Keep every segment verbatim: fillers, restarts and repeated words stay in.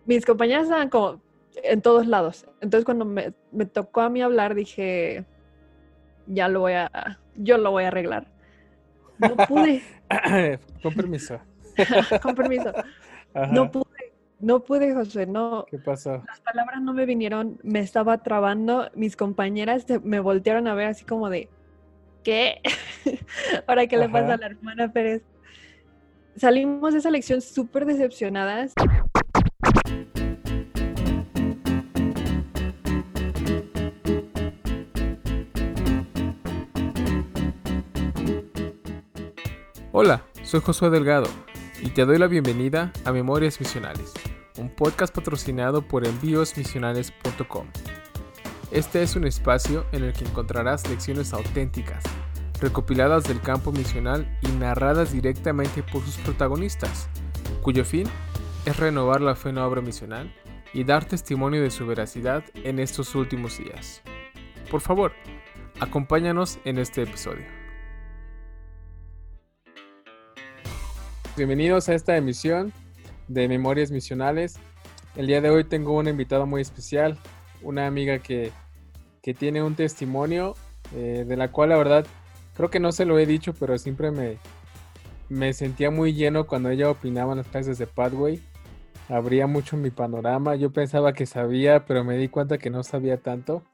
mis compañeras estaban como en todos lados. Entonces cuando me, me tocó a mí hablar, dije, ya lo voy a, yo lo voy a arreglar. No pude. Con permiso. Con permiso. No Ajá. pude, no pude, José, no. ¿Qué pasó? Las palabras no me vinieron, me estaba trabando. Mis compañeras se- me voltearon a ver así como de, ¿qué? ¿Ahora qué le pasa a Ajá. la hermana Pérez? Salimos de esa lección súper decepcionadas. Hola, soy Josué Delgado y te doy la bienvenida a Memorias Misionales, un podcast patrocinado por envíos misionales punto com. Este es un espacio en el que encontrarás lecciones auténticas, recopiladas del campo misional y narradas directamente por sus protagonistas, cuyo fin es renovar la fe en la obra misional y dar testimonio de su veracidad en estos últimos días. Por favor, acompáñanos en este episodio. Bienvenidos a esta emisión de Memorias Misionales. El día de hoy tengo una invitada muy especial, una amiga que, que tiene un testimonio eh, de la cual la verdad creo que no se lo he dicho, pero siempre me, me sentía muy lleno cuando ella opinaba en las clases de Pathway. Abría mucho mi panorama. Yo pensaba que sabía, pero me di cuenta que no sabía tanto.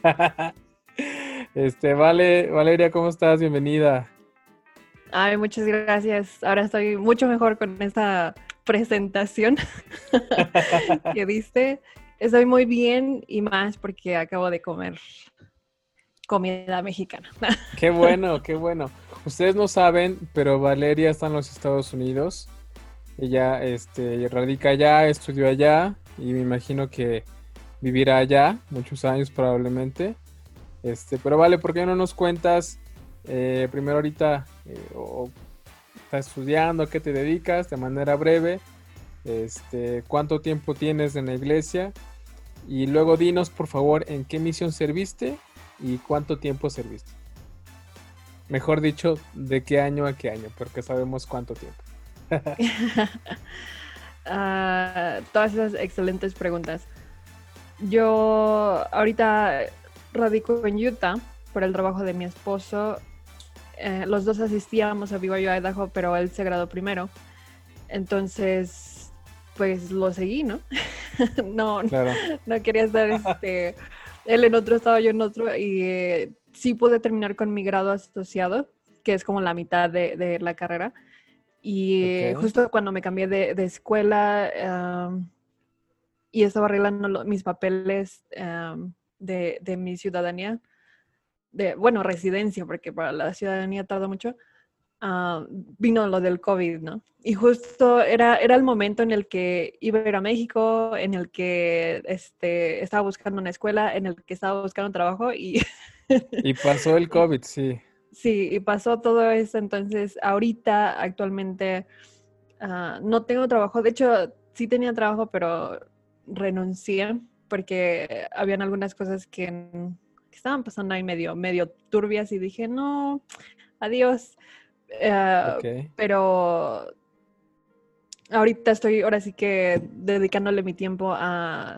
este, vale, Valeria, ¿cómo estás? Bienvenida. Ay, muchas gracias. Ahora estoy mucho mejor con esta presentación que diste. Estoy muy bien y más porque acabo de comer comida mexicana. Qué bueno, qué bueno. Ustedes no saben, pero Valeria está en los Estados Unidos. Ella este, radica allá, estudió allá y me imagino que vivirá allá muchos años probablemente. Este, pero vale, ¿por qué no nos cuentas eh, primero ahorita eh, o estás estudiando, a qué te dedicas de manera breve? Este, ¿cuánto tiempo tienes en la iglesia? Y luego dinos, por favor, en qué misión serviste y cuánto tiempo serviste. Mejor dicho, de qué año a qué año, porque sabemos cuánto tiempo. uh, todas esas excelentes preguntas. Yo ahorita radico en Utah por el trabajo de mi esposo. Eh, los dos asistíamos a B Y U Idaho, pero él se graduó primero. Entonces, pues lo seguí, ¿no? no, Claro. no quería estar este, él en otro estado, yo en otro. Y eh, sí pude terminar con mi grado asociado, que es como la mitad de, de la carrera. Y Ok. eh, justo cuando me cambié de, de escuela um, y estaba arreglando lo, mis papeles um, de, de mi ciudadanía, de, bueno, residencia, porque para la ciudadanía tarda mucho, uh, vino lo del COVID, ¿no? Y justo era, era el momento en el que iba a ir a México, en el que este, estaba buscando una escuela, en el que estaba buscando un trabajo y... Y pasó el COVID, sí. Sí, y pasó todo eso, entonces ahorita actualmente uh, no tengo trabajo, de hecho sí tenía trabajo, pero renuncié porque habían algunas cosas que, que estaban pasando ahí medio, medio turbias y dije, no, adiós. Uh, Ok. pero ahorita estoy ahora sí que dedicándole mi tiempo a,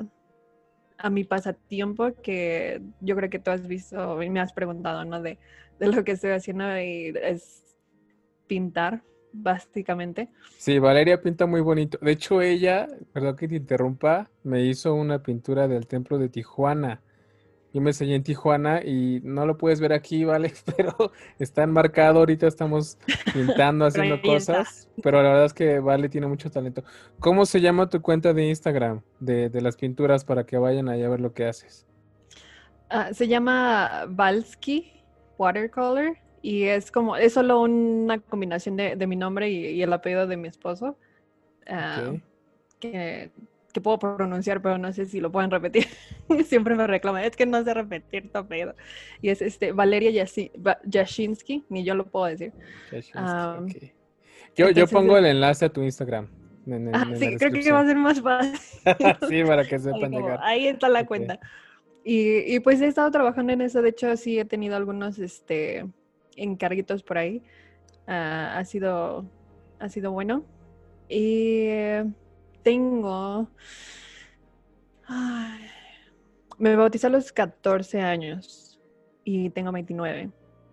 a mi pasatiempo, que yo creo que tú has visto y me has preguntado, ¿no? De, de lo que estoy haciendo y es pintar, básicamente. Sí, Valeria pinta muy bonito. De hecho, ella, perdón que te interrumpa, me hizo una pintura del templo de Tijuana. Yo me enseñé en Tijuana y no lo puedes ver aquí, ¿vale? Pero está enmarcado, ahorita estamos pintando, Pero haciendo ahí está. cosas, pero la verdad es que Vale tiene mucho talento. ¿Cómo se llama tu cuenta de Instagram de, de las pinturas para que vayan allá a ver lo que haces? Uh, se llama Valsky Watercolor y es como, es solo una combinación de, de mi nombre y, y, el apellido de mi esposo. Uh, Ok. que, que puedo pronunciar, pero no sé si lo pueden repetir. Siempre me reclaman, es que no sé repetir tu apellido. Y es este, Valeria Yasi, Jashinsky, ni yo lo puedo decir. Jashinsky, Um, ok. Yo, yo entonces, pongo es, el enlace a tu Instagram en, ah, en- en la sí, creo que va a descripción. ser más fácil. Sí, para que Ahí, sepan como, llegar. ahí está la Ok. cuenta. Y, y, pues he estado trabajando en eso. De hecho, sí he tenido algunos este, encarguitos por ahí. Uh, ha sido ha sido bueno. Y tengo Me bauticé a los catorce años y tengo veintinueve.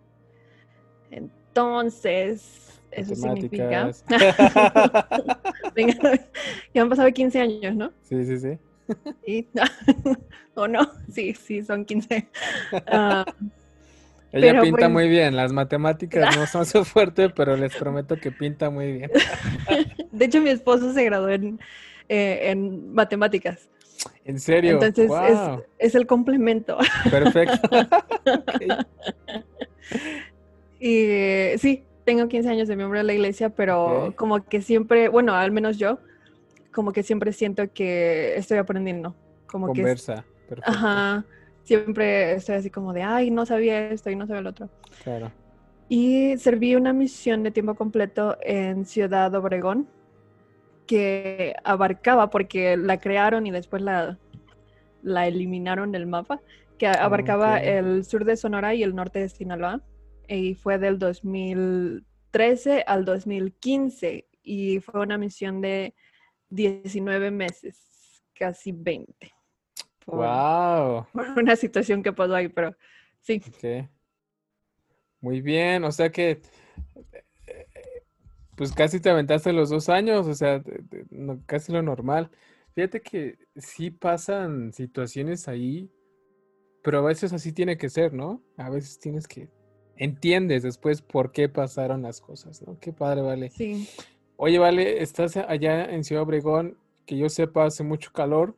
Entonces, eso significa... Matemáticas. Venga, ya han pasado quince años, ¿no? Sí, sí, sí. ¿Sí? ¿O no? Sí, sí, son quince. Ah, Ella pero pinta pues, muy bien. Las matemáticas no son su fuerte, pero les prometo que pinta muy bien. de hecho, mi esposo se graduó en, eh, en matemáticas. En serio, Entonces, es, wow. es el complemento. Perfecto. Ok. Y eh, sí, tengo quince años de miembro de la iglesia, pero Ok. como que siempre, bueno, al menos yo, como que siempre siento que estoy aprendiendo. Como que es, Conversa. Perfecto. ajá, siempre estoy así como de, ay, no sabía esto y no sabía lo otro. Claro. Y serví una misión de tiempo completo en Ciudad Obregón, que abarcaba, porque la crearon y después la, la eliminaron del mapa, que Ok. abarcaba el sur de Sonora y el norte de Sinaloa, y fue del dos mil trece al dos mil quince, y fue una misión de diecinueve meses, casi veinte, por, Wow. por una situación que pasó ahí, pero sí. Ok. Muy bien. O sea que, pues casi te aventaste los dos años. O sea, de- de- no- casi lo normal. Fíjate que sí pasan situaciones ahí, pero a veces así tiene que ser, ¿no? A veces tienes que entiendes después por qué pasaron las cosas, ¿no? Qué padre, vale. Sí, Oye, vale, estás allá en Ciudad Obregón, que yo sepa, hace mucho calor.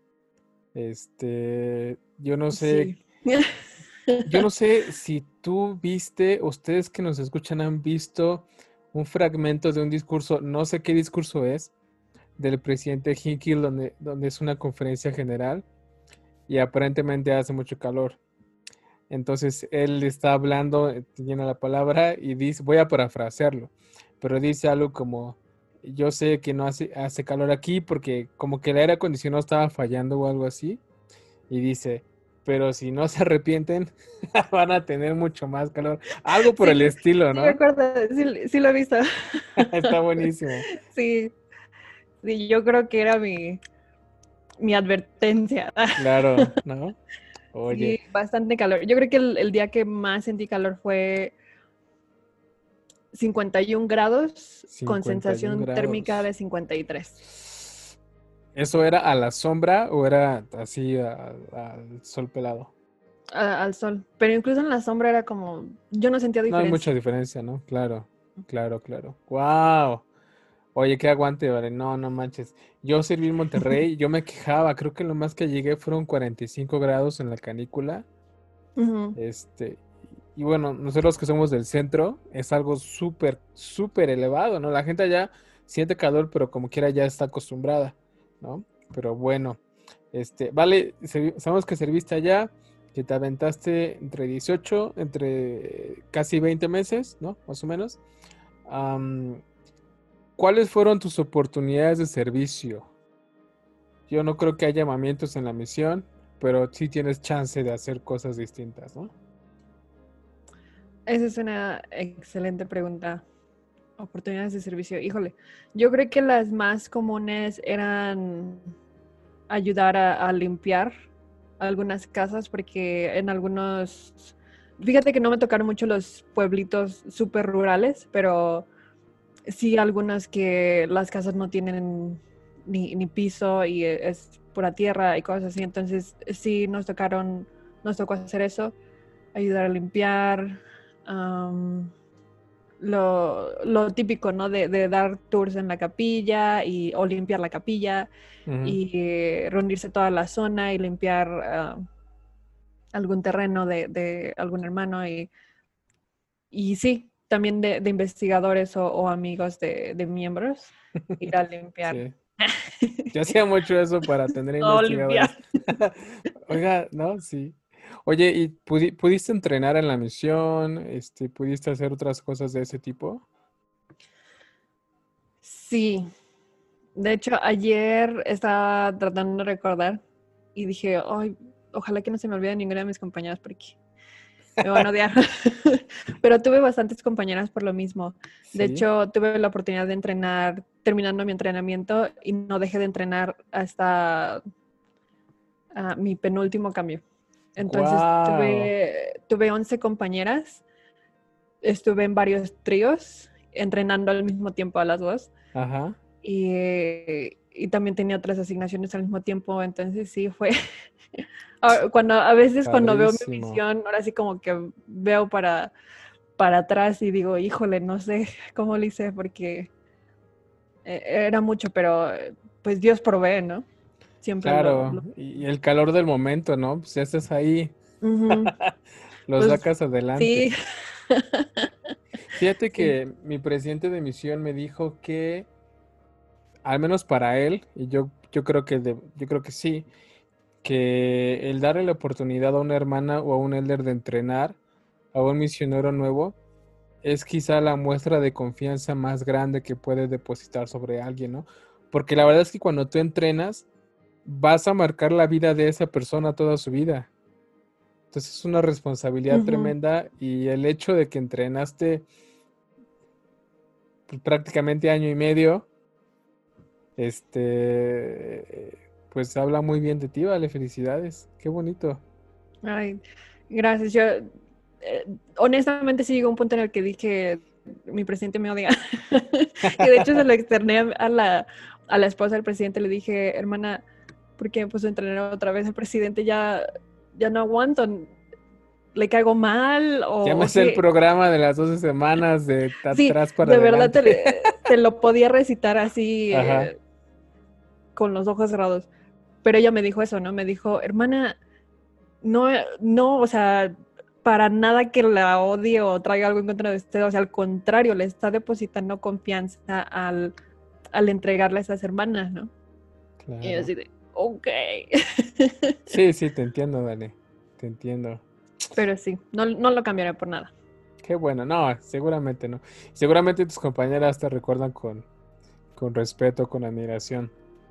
Este, yo no sé, sí. yo no sé si tú viste, ustedes que nos escuchan han visto un fragmento de un discurso, no sé qué discurso es, del presidente Hinkle, donde, donde es una conferencia general y aparentemente hace mucho calor. Entonces él está hablando, eh, tiene la palabra y dice, voy a parafrasearlo, pero dice algo como, yo sé que no hace, hace calor aquí porque como que el aire acondicionado estaba fallando o algo así, y dice, pero si no se arrepienten, van a tener mucho más calor. Algo por Sí, el estilo, sí me ¿no? acuerdo, sí, sí lo he visto. Está buenísimo. Sí, sí, yo creo que era mi, mi advertencia. Claro, ¿no? Sí, Oye, bastante calor. Yo creo que el, el día que más sentí calor fue cincuenta y un grados con cincuenta y un sensación térmica grados. de cincuenta y tres. ¿Eso era a la sombra o era así a- al sol pelado? A- al sol. Pero incluso en la sombra era como, yo no sentía No hay mucha diferencia. diferencia, ¿no? Claro, claro, claro. ¡Wow! Oye, qué aguante, vale. No, no manches. Yo serví en Monterrey, yo me quejaba, creo que lo más que llegué fueron cuarenta y cinco grados en la canícula. Ujú. Este, y bueno, nosotros que somos del centro, es algo súper, súper elevado, ¿no? La gente allá siente calor, pero como quiera ya está acostumbrada, ¿no? Pero bueno, este, vale, servi- sabemos que serviste allá, que te aventaste entre dieciocho, entre casi veinte meses, ¿no? Más o menos. Am, ¿cuáles fueron tus oportunidades de servicio? Yo no creo que haya llamamientos en la misión, pero sí tienes chance de hacer cosas distintas, ¿no? Esa es una excelente pregunta. Oportunidades de servicio. Híjole, yo creo que las más comunes eran ayudar a, a limpiar algunas casas, porque en algunos, fíjate que no me tocaron mucho los pueblitos súper rurales, pero sí algunos que las casas no tienen ni, ni piso y es pura tierra y cosas así. Entonces sí nos tocaron, nos tocó hacer eso, ayudar a limpiar. Um, lo, lo típico, ¿no? De, de dar tours en la capilla y, o limpiar la capilla Ujú. y eh, reunirse toda la zona y limpiar uh, algún terreno de, de, algún hermano. Y, y sí, también de, de investigadores o, o, amigos de, de miembros, ir a limpiar. Sí. Yo hacía mucho eso para tener Todo limpiar. investigadores. Oiga, ¿no? Sí. Oye, ¿y pudi- pudiste entrenar en la misión? Este, ¿pudiste hacer otras cosas de ese tipo? Sí, de hecho, ayer estaba tratando de recordar y dije, ay, ojalá que no se me olvide ninguna de mis compañeras porque me van a odiar. Pero tuve bastantes compañeras por lo mismo. De Sí. hecho, tuve la oportunidad de entrenar terminando mi entrenamiento y no dejé de entrenar hasta uh, mi penúltimo cambio. Entonces Wow. tuve, tuve once compañeras, estuve en varios tríos, entrenando al mismo tiempo a las dos. Ajá. Y, y también tenía otras asignaciones al mismo tiempo, entonces sí fue... cuando, a veces cuando veo mi Padrísimo. visión, ahora sí como que veo para, para atrás y digo, híjole, no sé cómo lo hice porque era mucho, pero pues Dios provee, ¿no? Siempre lo... Claro, lo... y el calor del momento, ¿no? Pues ya estás ahí, Uh-huh. lo Pues sacas adelante. sí. Fíjate Sí. que mi presidente de misión me dijo que, al menos para él, y yo, yo creo que de- yo creo que sí, que el darle la oportunidad a una hermana o a un elder de entrenar a un misionero nuevo es quizá la muestra de confianza más grande que puede depositar sobre alguien, ¿no? Porque la verdad es que cuando tú entrenas, vas a marcar la vida de esa persona toda su vida. Entonces es una responsabilidad Uh-huh. tremenda y el hecho de que entrenaste pues, prácticamente año y medio, este, pues habla muy bien de ti, vale, felicidades, qué bonito. Ay, gracias. Yo eh, honestamente sí llegó un punto en el que dije, mi presidente me odia. Y de hecho se lo externé a la, a la esposa del presidente, le dije, hermana, ¿por qué me puso a entrenar otra vez? El presidente ya, ya no aguanto, le caigo mal o, o Llámese el qué. programa de las doce semanas de Sí, atrás para de verdad adelante. te, te lo podía recitar así Ajá. eh, con los ojos cerrados. Pero ella me dijo eso, ¿no? Me dijo, hermana, no, no, o sea, para nada que la odie o traiga algo en contra de usted, o sea, al contrario, le está depositando confianza al, al entregarle a esas hermanas, ¿no? Y yo Claro. así de, ok. Sí, sí, te entiendo, Dani. Te entiendo. Pero sí, no, no lo cambiaré por nada. Qué bueno. No, seguramente no. Seguramente tus compañeras te recuerdan con, con respeto, con admiración.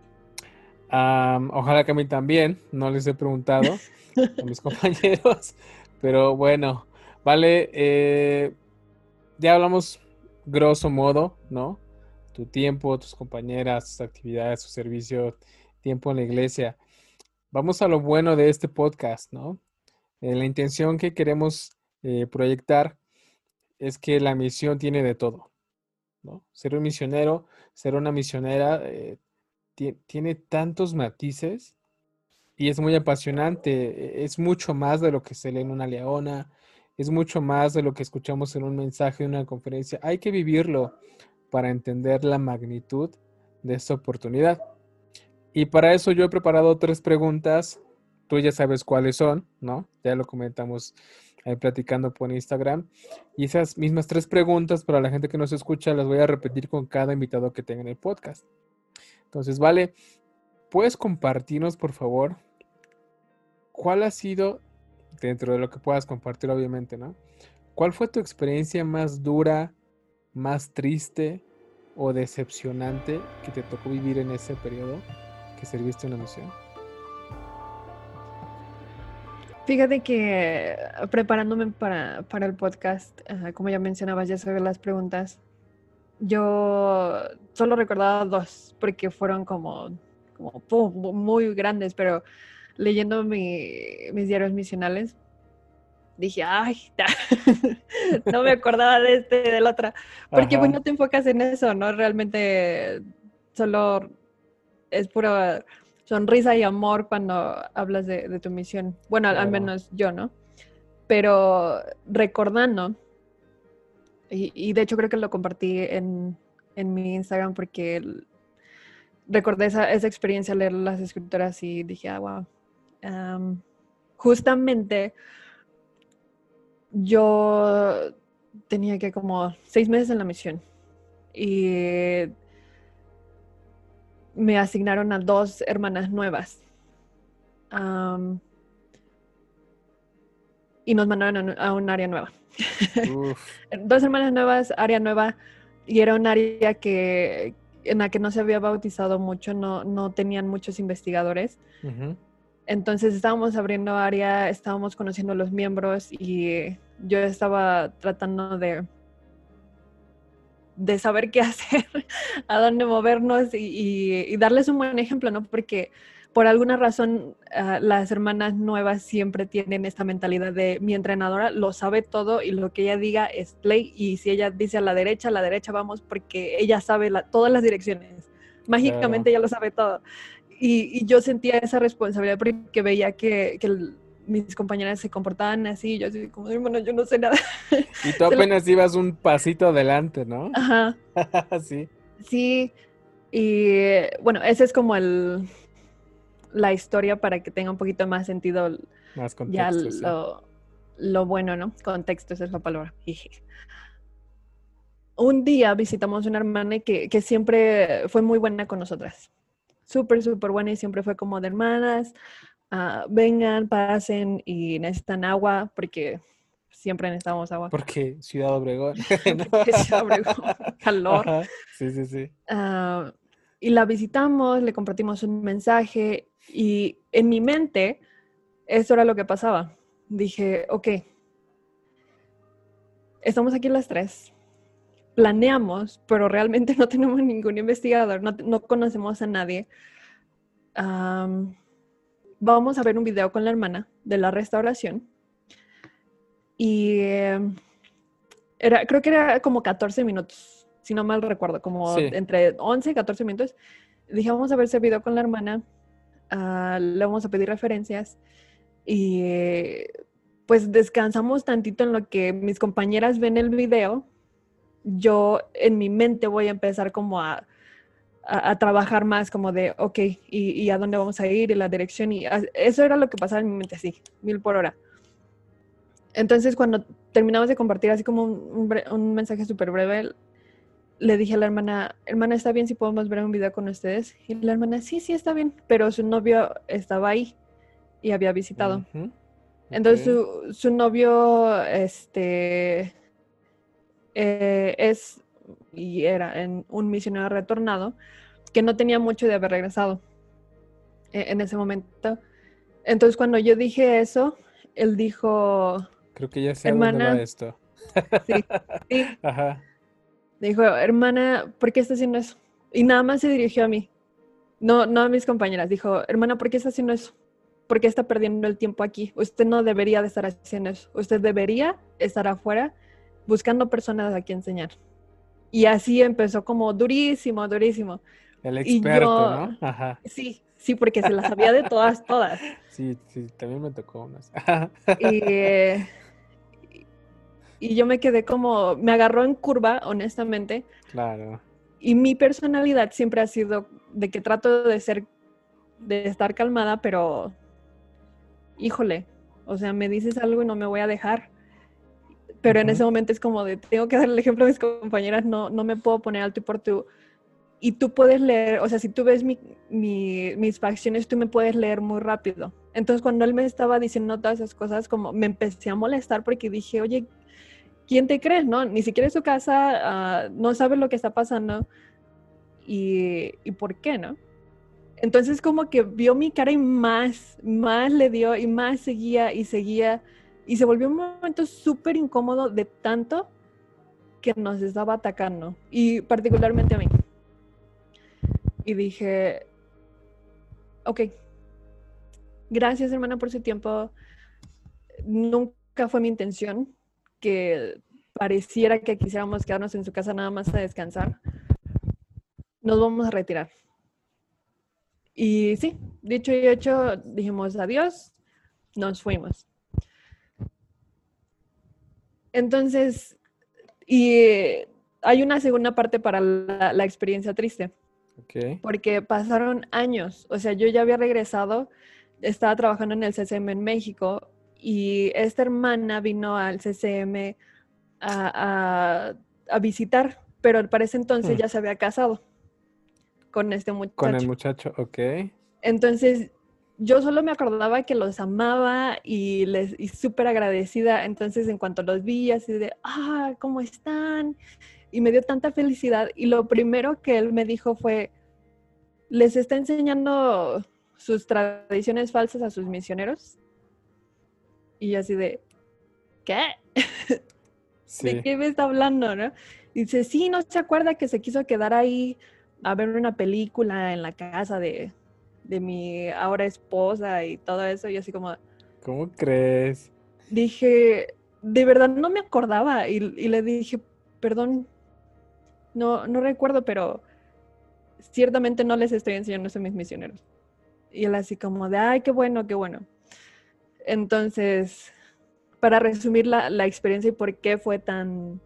Am, ojalá que a mí también. No les he preguntado a mis compañeros. Pero bueno, vale. eh, ya hablamos grosso modo, ¿no? Tu tiempo, tus compañeras, tus actividades, tu servicio, tiempo en la iglesia. Vamos a lo bueno de este podcast, ¿no? Eh, la intención que queremos eh, proyectar es que la misión tiene de todo, ¿no? Ser un misionero, ser una misionera, eh, ti- tiene tantos matices y es muy apasionante. e- Es mucho más de lo que se lee en una leona, es mucho más de lo que escuchamos en un mensaje, en una conferencia. Hay que vivirlo para entender la magnitud de esta oportunidad. Y para eso yo he preparado tres preguntas. Tú ya sabes cuáles son, ¿no? Ya lo comentamos ahí platicando por Instagram. Y esas mismas tres preguntas para la gente que nos escucha las voy a repetir con cada invitado que tenga en el podcast. Entonces, vale, ¿puedes compartirnos, por favor, cuál ha sido, dentro de lo que puedas compartir, obviamente, ¿no? ¿Cuál fue tu experiencia más dura, más triste o decepcionante que te tocó vivir en ese periodo que serviste en la misión? Fíjate que preparándome para, para el podcast, uh, como ya mencionabas, ya sobre las preguntas, yo solo recordaba dos, porque fueron como, como pum, muy grandes, pero leyendo mi, mis diarios misionales, dije, ay, no me acordaba de este, de la otra, porque pues Ajá, no te enfocas en eso, ¿no? Realmente solo es pura sonrisa y amor cuando hablas de, de tu misión. Bueno, al, al claro. menos yo, ¿no? Pero recordando, y, y de hecho creo que lo compartí en, en mi Instagram porque el, recordé esa, esa experiencia al leer las escrituras y dije, ah, wow. Um, justamente yo tenía que como seis meses en la misión y me asignaron a dos hermanas nuevas. Um, y nos mandaron a un área nueva. Uf. Dos hermanas nuevas, área nueva, y era un área que, en la que no se había bautizado mucho, no, no tenían muchos investigadores. Ujú. Entonces estábamos abriendo área, estábamos conociendo a los miembros y yo estaba tratando de, de saber qué hacer, a dónde movernos y, y, y darles un buen ejemplo, ¿no? Porque por alguna razón, uh, las hermanas nuevas siempre tienen esta mentalidad de mi entrenadora lo sabe todo y lo que ella diga es play, y si ella dice a la derecha, a la derecha vamos, porque ella sabe la, todas las direcciones. Mágicamente Claro. ella lo sabe todo. Y, y yo sentía esa responsabilidad porque veía que, que el, mis compañeras se comportaban así, y yo así como, bueno, yo no sé nada. Y tú apenas ibas un pasito adelante, ¿no? Ajá, Sí. sí. Y bueno, ese es como el, la historia para que tenga un poquito más sentido Más ya contexto, sí. lo, lo bueno, ¿no? Contexto, esa es la palabra. Un día visitamos una hermana que, que siempre fue muy buena con nosotras. Súper, súper buena, y siempre fue como de hermanas, uh, vengan, pasen y necesitan agua, porque siempre necesitamos agua. Porque Ciudad Obregón. ¿No? Porque se abre calor. Ajá. Sí, sí, sí. Uh, y la visitamos, le compartimos un mensaje, y en mi mente eso era lo que pasaba. Dije, ok, estamos aquí las tres, planeamos, pero realmente no tenemos ningún investigador, no, no conocemos a nadie. Um, vamos a ver un video con la hermana de la restauración, y eh, era, creo que era como catorce minutos, si no mal recuerdo, como Sí. entre once y catorce minutos. Dije, vamos a ver ese video con la hermana, uh, le vamos a pedir referencias, y eh, pues descansamos tantito en lo que mis compañeras ven el video. Yo en mi mente voy a empezar como a, a, a trabajar más como de, ok, y, y a dónde vamos a ir, y la dirección, y a, eso era lo que pasaba en mi mente, así, mil por hora. Entonces, cuando terminamos de compartir así como un, un, un mensaje súper breve, le dije a la hermana, hermana, ¿está bien si podemos ver un video con ustedes? Y la hermana, sí, sí, está bien, pero su novio estaba ahí y había visitado. Uh-huh. Entonces, Okay. su, su novio, este... Eh, es y era en un misionero retornado que no tenía mucho de haber regresado eh, en ese momento. Entonces, cuando yo dije eso, él dijo, Creo que ya sé a dónde va hermana, esto. sí, sí, Ajá. dijo, hermana, ¿por qué está haciendo eso? Y nada más se dirigió a mí, no, no a mis compañeras. Dijo, hermana, ¿por qué está haciendo eso? ¿Por qué está perdiendo el tiempo aquí? Usted no debería de estar haciendo eso. Usted debería estar afuera buscando personas a quien enseñar. Y así empezó como durísimo, durísimo. El Y experto, yo, ¿no? Ajá. sí, sí, porque se las sabía de todas, todas. Sí, sí, también me tocó unas. Y, eh, y yo me quedé como, me agarró en curva, honestamente. Claro. Y mi personalidad siempre ha sido de que trato de ser, de estar calmada, pero, híjole, o sea, me dices algo y no me voy a dejar. Pero uh-huh. En ese momento es como de, tengo que dar el ejemplo a mis compañeras, no, no me puedo poner alto y por tu... Y tú puedes leer, o sea, si tú ves mi, mi, mis facciones, tú me puedes leer muy rápido. Entonces, cuando él me estaba diciendo todas esas cosas, como me empecé a molestar porque dije, oye, ¿quién te crees, no? Ni siquiera es su casa, uh, no sabe lo que está pasando. Y, y ¿por qué, no? Entonces, como que vio mi cara y más, más le dio y más seguía y seguía. Y se volvió un momento súper incómodo de tanto que nos estaba atacando. Y particularmente a mí. Y dije, ok, gracias hermana por su tiempo. Nunca fue mi intención que pareciera que quisiéramos quedarnos en su casa nada más a descansar. Nos vamos a retirar. Y sí, dicho y hecho, dijimos adiós, nos fuimos. Entonces, y hay una segunda parte para la, la experiencia triste. Okay. Porque pasaron años, o sea, yo ya había regresado, estaba trabajando en el C C M en México, y esta hermana vino al C C M a, a, a visitar, pero para ese entonces hmm. ya se había casado con este muchacho. Con el muchacho, ok. Entonces, yo solo me acordaba que los amaba y les y súper agradecida. Entonces, en cuanto los vi, así de, ah, ¿cómo están? Y me dio tanta felicidad. Y lo primero que él me dijo fue, ¿les está enseñando sus tradiciones falsas a sus misioneros? Y yo así de, ¿qué? Sí. ¿De qué me está hablando, no? Y dice, sí, ¿no se acuerda que se quiso quedar ahí a ver una película en la casa de, de mi ahora esposa y todo eso, y así como... ¿Cómo crees? Dije, de verdad no me acordaba, y, y le dije, perdón, no, no recuerdo, pero ciertamente no les estoy enseñando eso a mis misioneros. Y él así como de, ay, qué bueno, qué bueno. Entonces, para resumir la, la experiencia y por qué fue tan,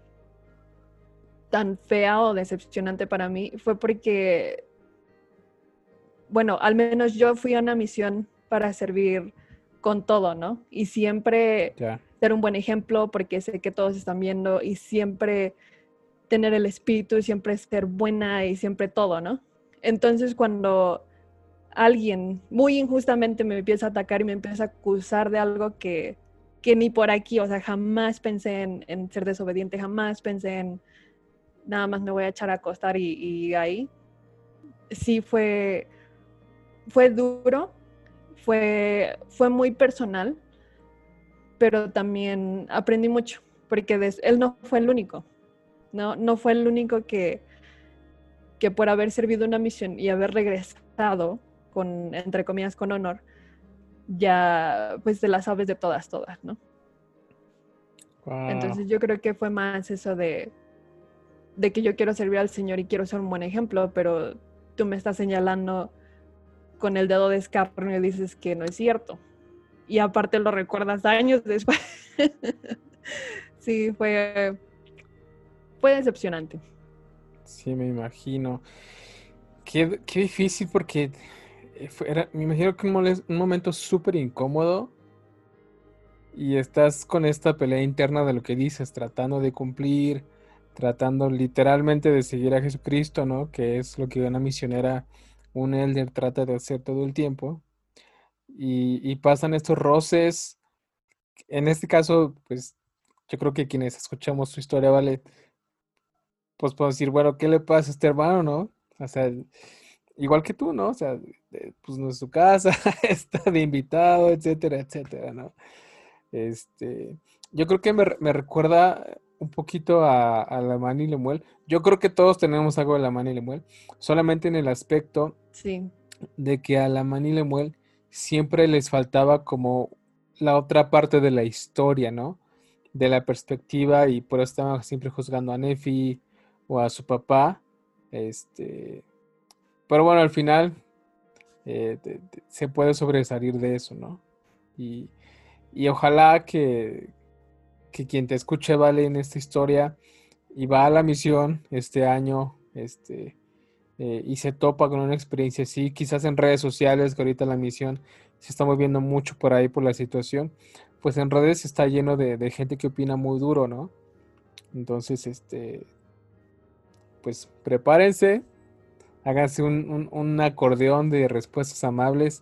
tan fea o decepcionante para mí, fue porque, bueno, al menos yo fui a una misión para servir con todo, ¿no? Y siempre Ya. ser un buen ejemplo porque sé que todos están viendo y siempre tener el espíritu y siempre ser buena y siempre todo, ¿no? Entonces cuando alguien muy injustamente me empieza a atacar y me empieza a acusar de algo que, que ni por aquí, o sea, jamás pensé en, en ser desobediente, jamás pensé en nada más me voy a echar a acostar y, y ahí. Sí fue, fue duro, fue, fue muy personal, pero también aprendí mucho, porque des, él no fue el único, ¿no? No fue el único que, que por haber servido una misión y haber regresado con, entre comillas, con honor, ya pues de las aves de todas, todas, ¿no? Wow. Entonces yo creo que fue más eso de, de que yo quiero servir al Señor y quiero ser un buen ejemplo, pero tú me estás señalando con el dedo de escarnio y dices que no es cierto. Y aparte lo recuerdas años después. Sí, fue, fue decepcionante. Sí, me imagino. Qué, qué difícil porque eh, fue- era- me imagino que un, moles- un momento súper incómodo y estás con esta pelea interna de lo que dices, tratando de cumplir, tratando literalmente de seguir a Jesucristo, ¿no? Que es lo que una misionera, un elder trata de hacer todo el tiempo. Y, y pasan estos roces. En este caso, pues yo creo que quienes escuchamos su historia, vale, pues podemos decir, bueno, ¿qué le pasa a este hermano, no? O sea, igual que tú, ¿no? O sea, eh, pues no es su casa, está de invitado, etcétera, etcétera, ¿no? Este, yo creo que me, re- me recuerda un poquito a, a la Manny Lemuel. Yo creo que todos tenemos algo de la Manny Lemuel, solamente en el aspecto Sí. de que a la Manny Lemuel siempre les faltaba como la otra parte de la historia, ¿no? De la perspectiva y por eso estaban siempre juzgando a Nefi o a su papá. Este, pero bueno, al final eh, te- te- se puede sobresalir de eso, ¿no? Y, y ojalá que, que quien te escuche, vale, en esta historia y va a la misión este año, este, eh, y se topa con una experiencia así, quizás en redes sociales, que ahorita la misión se está moviendo mucho por ahí por la situación, pues en redes está lleno de, de gente que opina muy duro, ¿no? Entonces, este, pues prepárense, háganse un, un, un acordeón de respuestas amables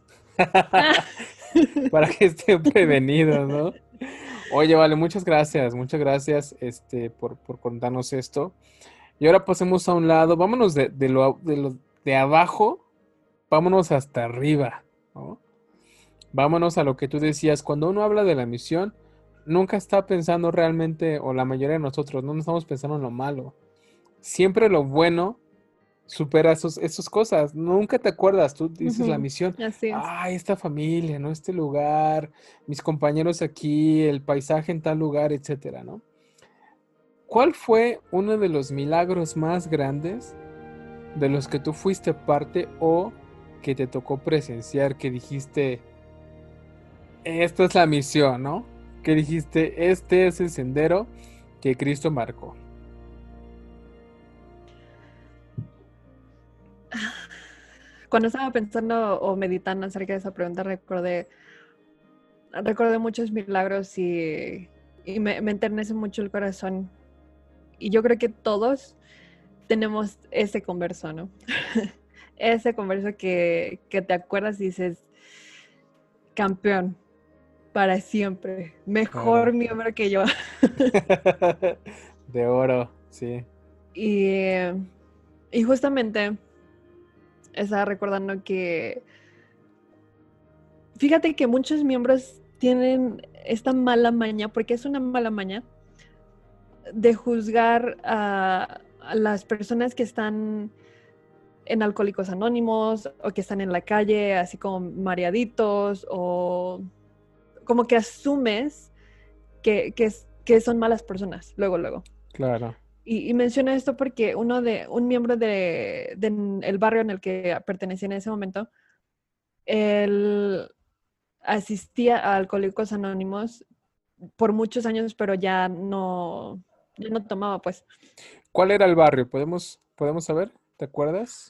para que estén prevenidos, ¿no? Oye, vale, muchas gracias, muchas gracias este, por, por contarnos esto. Y ahora pasemos a un lado, vámonos de, de lo, de lo de abajo, vámonos hasta arriba, ¿no? Vámonos a lo que tú decías, cuando uno habla de la misión, nunca está pensando realmente, o la mayoría de nosotros, no estamos pensando en lo malo. Siempre lo bueno supera esos, esas cosas. Nunca te acuerdas, tú dices la Ujú, misión, así es. ay, esta familia, ¿no? Este lugar, mis compañeros aquí, el paisaje en tal lugar, etcétera, ¿no? ¿Cuál fue uno de los milagros más grandes de los que tú fuiste parte o que te tocó presenciar, que dijiste, esta es la misión, ¿no? Que dijiste, este es el sendero que Cristo marcó. Cuando estaba pensando o meditando acerca de esa pregunta, recordé, recordé muchos milagros y, y me, me enternece mucho el corazón. Y yo creo que todos tenemos ese converso, ¿no? Ese converso que, que te acuerdas y dices, campeón, para siempre, Claro. mejor miembro que yo. De oro, sí. Y, y justamente estaba recordando que, fíjate que muchos miembros tienen esta mala maña, porque es una mala maña, de juzgar a, a las personas que están en Alcohólicos Anónimos o que están en la calle así como mareaditos o como que asumes que, que, que son malas personas, luego, luego. Claro. Y, y menciono esto porque uno de, un miembro de, de el barrio en el que pertenecía en ese momento, él asistía a Alcohólicos Anónimos por muchos años, pero ya no, ya no tomaba, pues. ¿Cuál era el barrio? ¿Podemos, podemos saber? ¿Te acuerdas?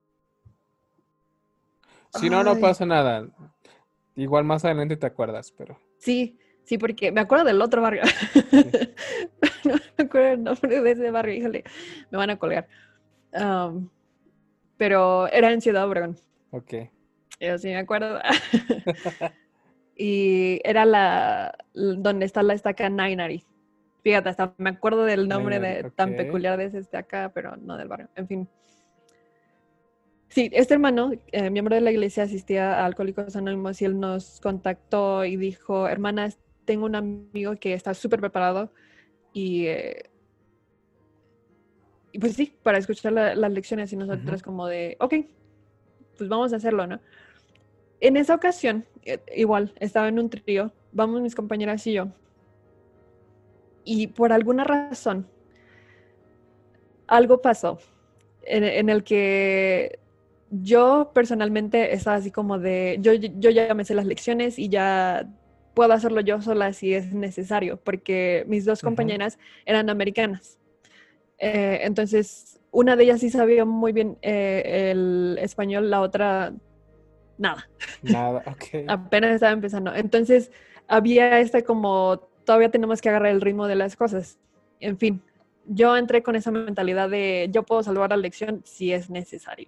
Si no, no Ay, pasa nada. Igual más adelante te acuerdas, pero sí, sí, porque me acuerdo del otro barrio. sí. No me acuerdo el nombre de ese barrio, híjole, me van a colgar. Um, pero era en Ciudad Obregón. Ok. Yo sí me acuerdo. Y era la donde está la estaca Nainari. Fíjate, hasta me acuerdo del nombre Nainari, de ok. tan peculiar de esa estaca, pero no del barrio. En fin. Sí, este hermano, eh, miembro de la iglesia, asistía a Alcohólicos Anónimos y él nos contactó y dijo, hermanas, tengo un amigo que está súper preparado y, eh, y pues sí, para escuchar la, las lecciones y nosotros Ujú. como de, ok, pues vamos a hacerlo, ¿no? En esa ocasión, eh, igual, estaba en un trío, vamos mis compañeras y yo, y por alguna razón, algo pasó en, en el que yo personalmente estaba así como de, yo, yo ya me sé las lecciones y ya puedo hacerlo yo sola si es necesario, porque mis dos Ujú. compañeras eran americanas. Eh, entonces, una de ellas sí sabía muy bien eh, el español, la otra nada, Nada, ok. apenas estaba empezando. Entonces, había este como, todavía tenemos que agarrar el ritmo de las cosas. En fin, yo entré con esa mentalidad de yo puedo salvar la lección si es necesario.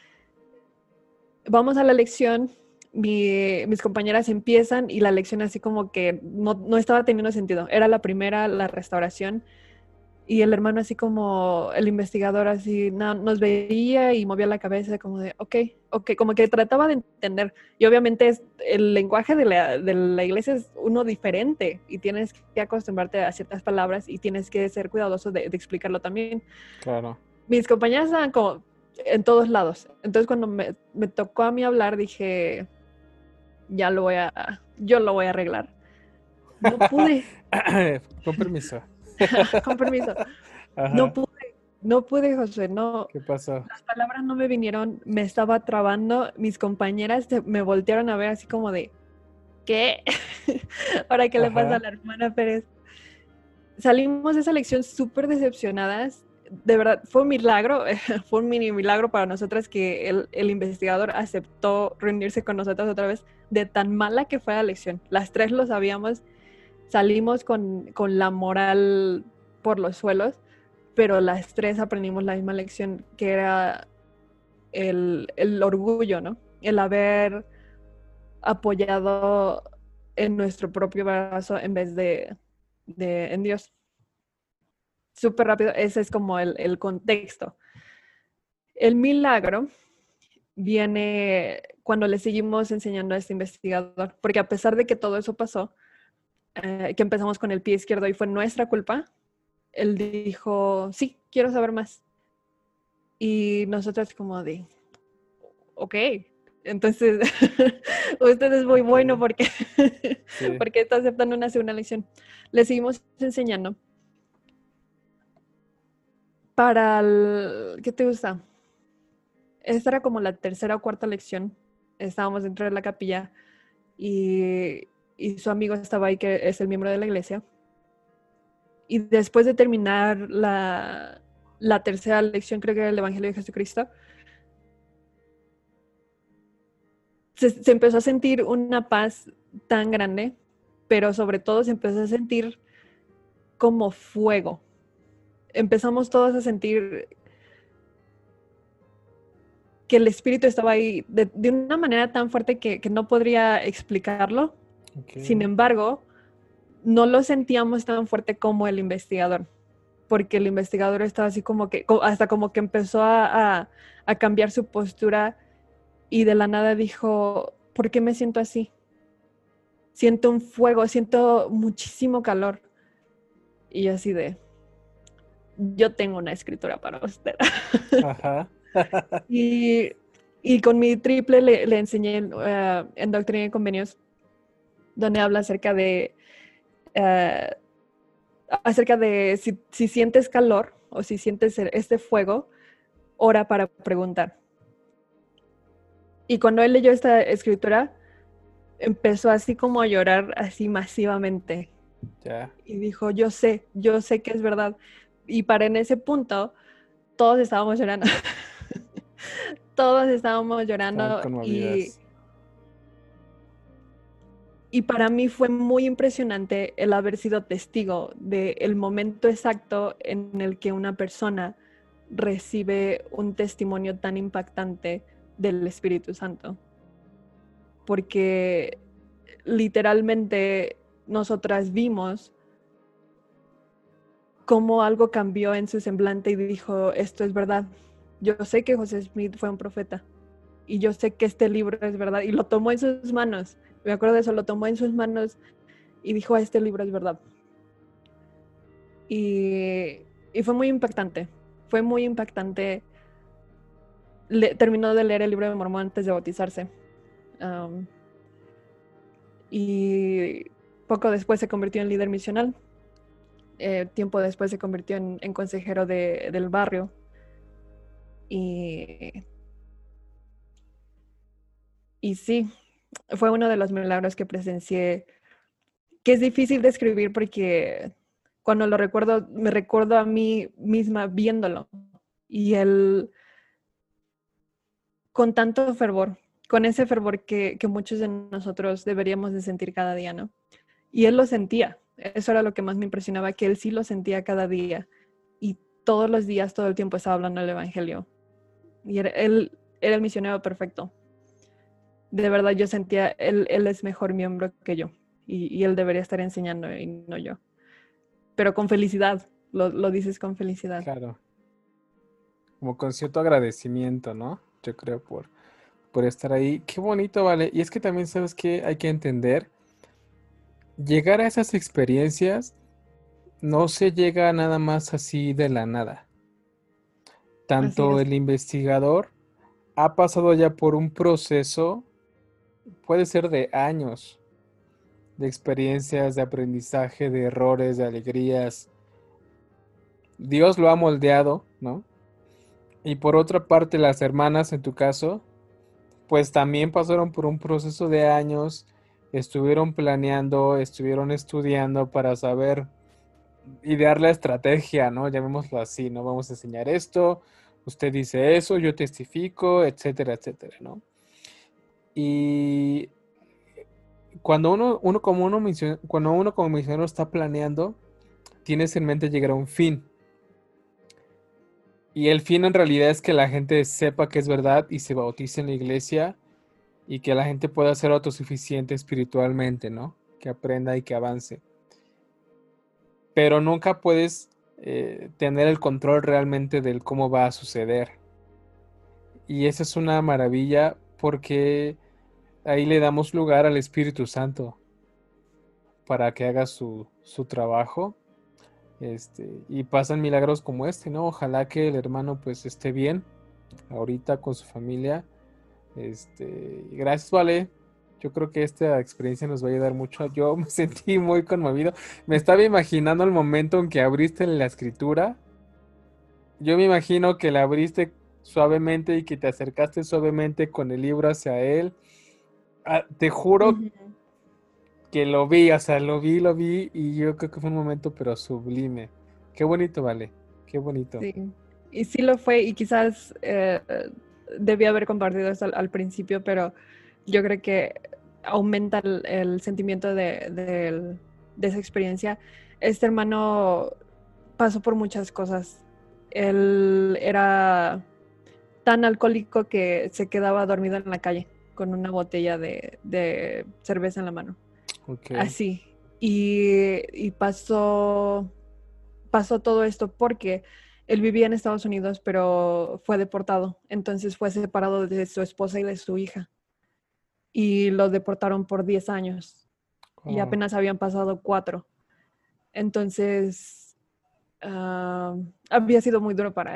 Vamos a la lección, mi, mis compañeras empiezan y la lección así como que no, no estaba teniendo sentido. Era la primera, la restauración, y el hermano así como, el investigador así, no, nos veía y movía la cabeza como de, ok, ok, como que trataba de entender. Y obviamente es, el lenguaje de la, de la iglesia es uno diferente y tienes que acostumbrarte a ciertas palabras y tienes que ser cuidadoso de, de explicarlo también. Claro. Mis compañeras estaban como en todos lados. Entonces cuando me, me tocó a mí hablar dije, ya lo voy a, yo lo voy a arreglar. No pude, Con permiso. con permiso, no Ajá. pude, no pude, José, no, ¿Qué pasó? las palabras no me vinieron, me estaba trabando, mis compañeras se, me voltearon a ver así como de, ¿qué? ¿Ahora qué le pasa a Ajá. la hermana Pérez? Salimos de esa lección súper decepcionadas. De verdad, fue un milagro, fue un mini milagro para nosotras que el, el investigador aceptó reunirse con nosotras otra vez, de tan mala que fue la lección. Las tres lo sabíamos, salimos con, con la moral por los suelos, pero las tres aprendimos la misma lección, que era el, el orgullo, ¿no? El haber apoyado en nuestro propio brazo en vez de, de en Dios. Súper rápido, ese es como el, el contexto. El milagro viene cuando le seguimos enseñando a este investigador, porque a pesar de que todo eso pasó, eh, que empezamos con el pie izquierdo y fue nuestra culpa, él dijo, sí, quiero saber más. Y nosotros como de, ok, entonces usted es muy bueno Ok. porque, Sí. porque está aceptando una segunda lección. Le seguimos enseñando. Para el, ¿qué te gusta? Esta era como la tercera o cuarta lección. Estábamos dentro de la capilla y, y su amigo estaba ahí, que es el miembro de la iglesia. Y después de terminar la, la tercera lección, creo que era el Evangelio de Jesucristo, se, se empezó a sentir una paz tan grande, pero sobre todo se empezó a sentir como fuego. Empezamos todos a sentir que el espíritu estaba ahí de, de una manera tan fuerte que, que no podría explicarlo. Sin Ok. embargo, no lo sentíamos tan fuerte como el investigador, porque el investigador estaba así como que, hasta como que empezó a, a, a cambiar su postura y de la nada dijo, ¿por qué me siento así? Siento un fuego, siento muchísimo calor. Y así de, yo tengo una escritura para usted. Ajá. Y, y con mi triple le, le enseñé uh, en Doctrina y Convenios, donde habla acerca de, uh, acerca de si, si sientes calor o si sientes este fuego, ora para preguntar. Y cuando él leyó esta escritura, empezó así como a llorar así masivamente. Ya. Y dijo, yo sé, yo sé que es verdad. Y para en ese punto, todos estábamos llorando. Todos estábamos Estaban llorando y, conmovidas. y para mí fue muy impresionante el haber sido testigo del momento exacto en el que una persona recibe un testimonio tan impactante del Espíritu Santo. Porque literalmente nosotras vimos cómo algo cambió en su semblante y dijo, esto es verdad. Yo sé que José Smith fue un profeta y yo sé que este libro es verdad. Y lo tomó en sus manos. Me acuerdo de eso, lo tomó en sus manos y dijo, este libro es verdad. Y, y fue muy impactante. Fue muy impactante. Le, terminó de leer el libro de Mormón antes de bautizarse. Um, y poco después se convirtió en líder misional. Eh, tiempo después se convirtió en, en consejero de, del barrio. Y, y sí, fue uno de los milagros que presencié, que es difícil de escribir porque cuando lo recuerdo, me recuerdo a mí misma viéndolo. Y él, con tanto fervor, con ese fervor que, que muchos de nosotros deberíamos de sentir cada día, ¿no? Y él lo sentía. Eso era lo que más me impresionaba, que él sí lo sentía cada día. Y todos los días, todo el tiempo estaba hablando del Evangelio. Y era, él era el misionero perfecto. De verdad yo sentía, él, él es mejor miembro que yo. Y, y él debería estar enseñando y no yo. Pero con felicidad, lo, lo dices con felicidad. Claro. Como con cierto agradecimiento, ¿no? Yo creo por, por estar ahí. Qué bonito, vale. Y es que también sabes que hay que entender, llegar a esas experiencias no se llega nada más así de la nada. Así Tanto es. el investigador ha pasado ya por un proceso, puede ser de años, de experiencias, de aprendizaje, de errores, de alegrías. Dios lo ha moldeado, ¿no? Y por otra parte, las hermanas, en tu caso, pues también pasaron por un proceso de años, estuvieron planeando, estuvieron estudiando para saber idear la estrategia, ¿no? Llamémoslo así, ¿no? Vamos a enseñar esto, usted dice eso, yo testifico, etcétera, etcétera, ¿no? Y cuando uno, uno como uno misión- cuando uno como misionero está planeando, tienes en mente llegar a un fin. Y el fin en realidad es que la gente sepa que es verdad y se bautice en la iglesia y que la gente pueda ser autosuficiente espiritualmente, ¿no? Que aprenda y que avance. Pero nunca puedes eh, tener el control realmente del cómo va a suceder. Y esa es una maravilla porque ahí le damos lugar al Espíritu Santo para que haga su, su trabajo. Este, y pasan milagros como este, ¿no? Ojalá que el hermano pues esté bien ahorita con su familia. Este, gracias, Vale. Yo creo que esta experiencia nos va a ayudar mucho. Yo me sentí muy conmovido. Me estaba imaginando el momento en que abriste la escritura. Yo me imagino que la abriste suavemente y que te acercaste suavemente con el libro hacia él. Ah, te juro Uh-huh. que lo vi, o sea, lo vi, lo vi y yo creo que fue un momento pero sublime. Qué bonito, Vale. Qué bonito. Sí. Y sí lo fue, y quizás eh, debí haber compartido eso al, al principio, pero yo creo que aumenta el, el sentimiento de, de, de esa experiencia. Este hermano pasó por muchas cosas. Él era tan alcohólico que se quedaba dormido en la calle con una botella de, de cerveza en la mano. Ok. Así. Y, y pasó, pasó todo esto porque él vivía en Estados Unidos, pero fue deportado. Entonces fue separado de su esposa y de su hija. Y lo deportaron por diez años. Y Oh, apenas habían pasado cuatro. Entonces, uh, había sido muy duro para él,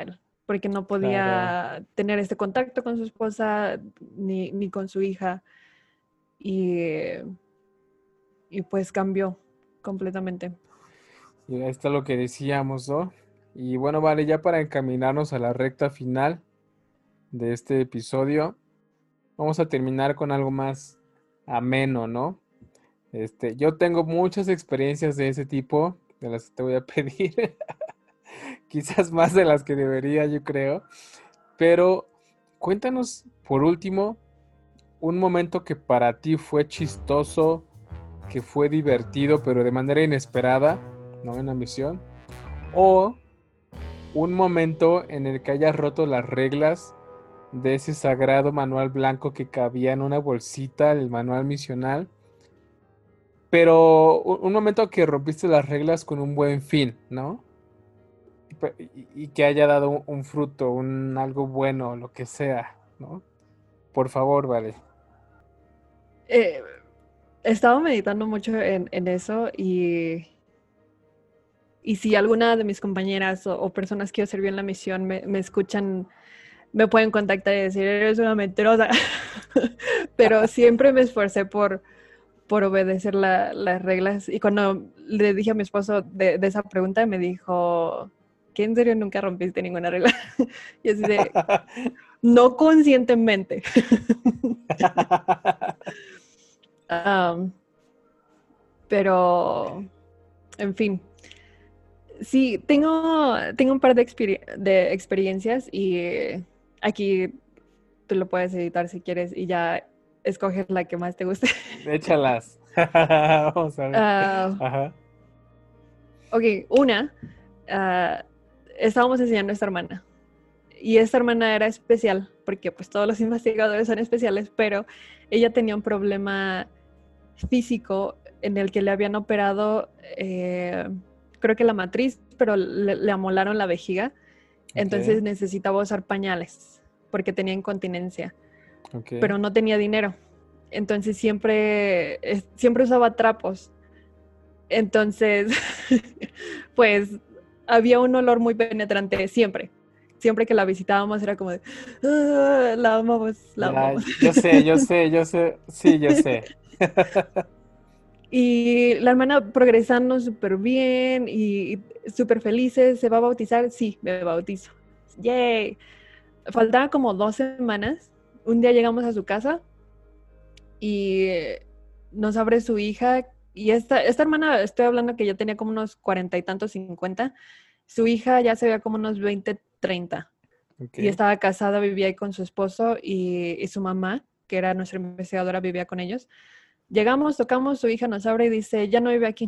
porque no Claro. podía tener este contacto con su esposa ni, ni con su hija. Y, y pues cambió completamente. Y ahí está lo que decíamos, ¿no? Y bueno, vale, ya para encaminarnos a la recta final de este episodio, vamos a terminar con algo más ameno, ¿no? Este, yo tengo muchas experiencias de ese tipo, de las que te voy a pedir, quizás más de las que debería, yo creo, pero cuéntanos por último un momento que para ti fue chistoso, que fue divertido, pero de manera inesperada, ¿no? En la misión, o un momento en el que hayas roto las reglas de ese sagrado manual blanco que cabía en una bolsita, el manual misional, pero un, un momento que rompiste las reglas con un buen fin, ¿no? Y, pe- y- y que haya dado un, un fruto, un algo bueno, lo que sea, ¿no? Por favor, vale. Eh, he estado meditando mucho en, en eso y, y si alguna de mis compañeras o, o personas que yo serví en la misión me, me escuchan, me pueden contactar y decir, eres una mentirosa. Pero siempre me esforcé por, por obedecer la, las reglas. Y cuando le dije a mi esposo de, de esa pregunta, me dijo, ¿qué en serio nunca rompiste ninguna regla? Y así de, no conscientemente. Um, pero, en fin. Sí, tengo, tengo un par de, exper de experiencias y aquí tú lo puedes editar si quieres y ya escoger la que más te guste. Échalas. Vamos a ver. Uh, Ajá. ok, una, uh, estábamos enseñando a esta hermana y esta hermana era especial porque pues todos los investigadores son especiales, pero ella tenía un problema físico en el que le habían operado, eh, creo que la matriz, pero le, le amolaron la vejiga. Ok, Entonces necesitaba usar pañales porque tenía incontinencia, ok. pero no tenía dinero. Entonces siempre, siempre usaba trapos. Entonces, pues había un olor muy penetrante siempre. Siempre que la visitábamos era como de, ah, la amamos, la Ya, amamos. yo sé, yo sé, yo sé. Sí, yo sé. Y la hermana progresando súper bien y, y súper felices, ¿se va a bautizar? Sí, me bautizo. Yay. Faltaba como dos semanas. Un día llegamos a su casa y nos abre su hija. Y esta, esta hermana, estoy hablando que ya tenía como unos cuarenta y tantos, cincuenta. Su hija ya se veía como unos veinte, treinta. Y Ok. estaba casada, vivía ahí con su esposo y, y su mamá, que era nuestra investigadora, vivía con ellos. Llegamos, tocamos, su hija nos abre y dice, ya no vive aquí.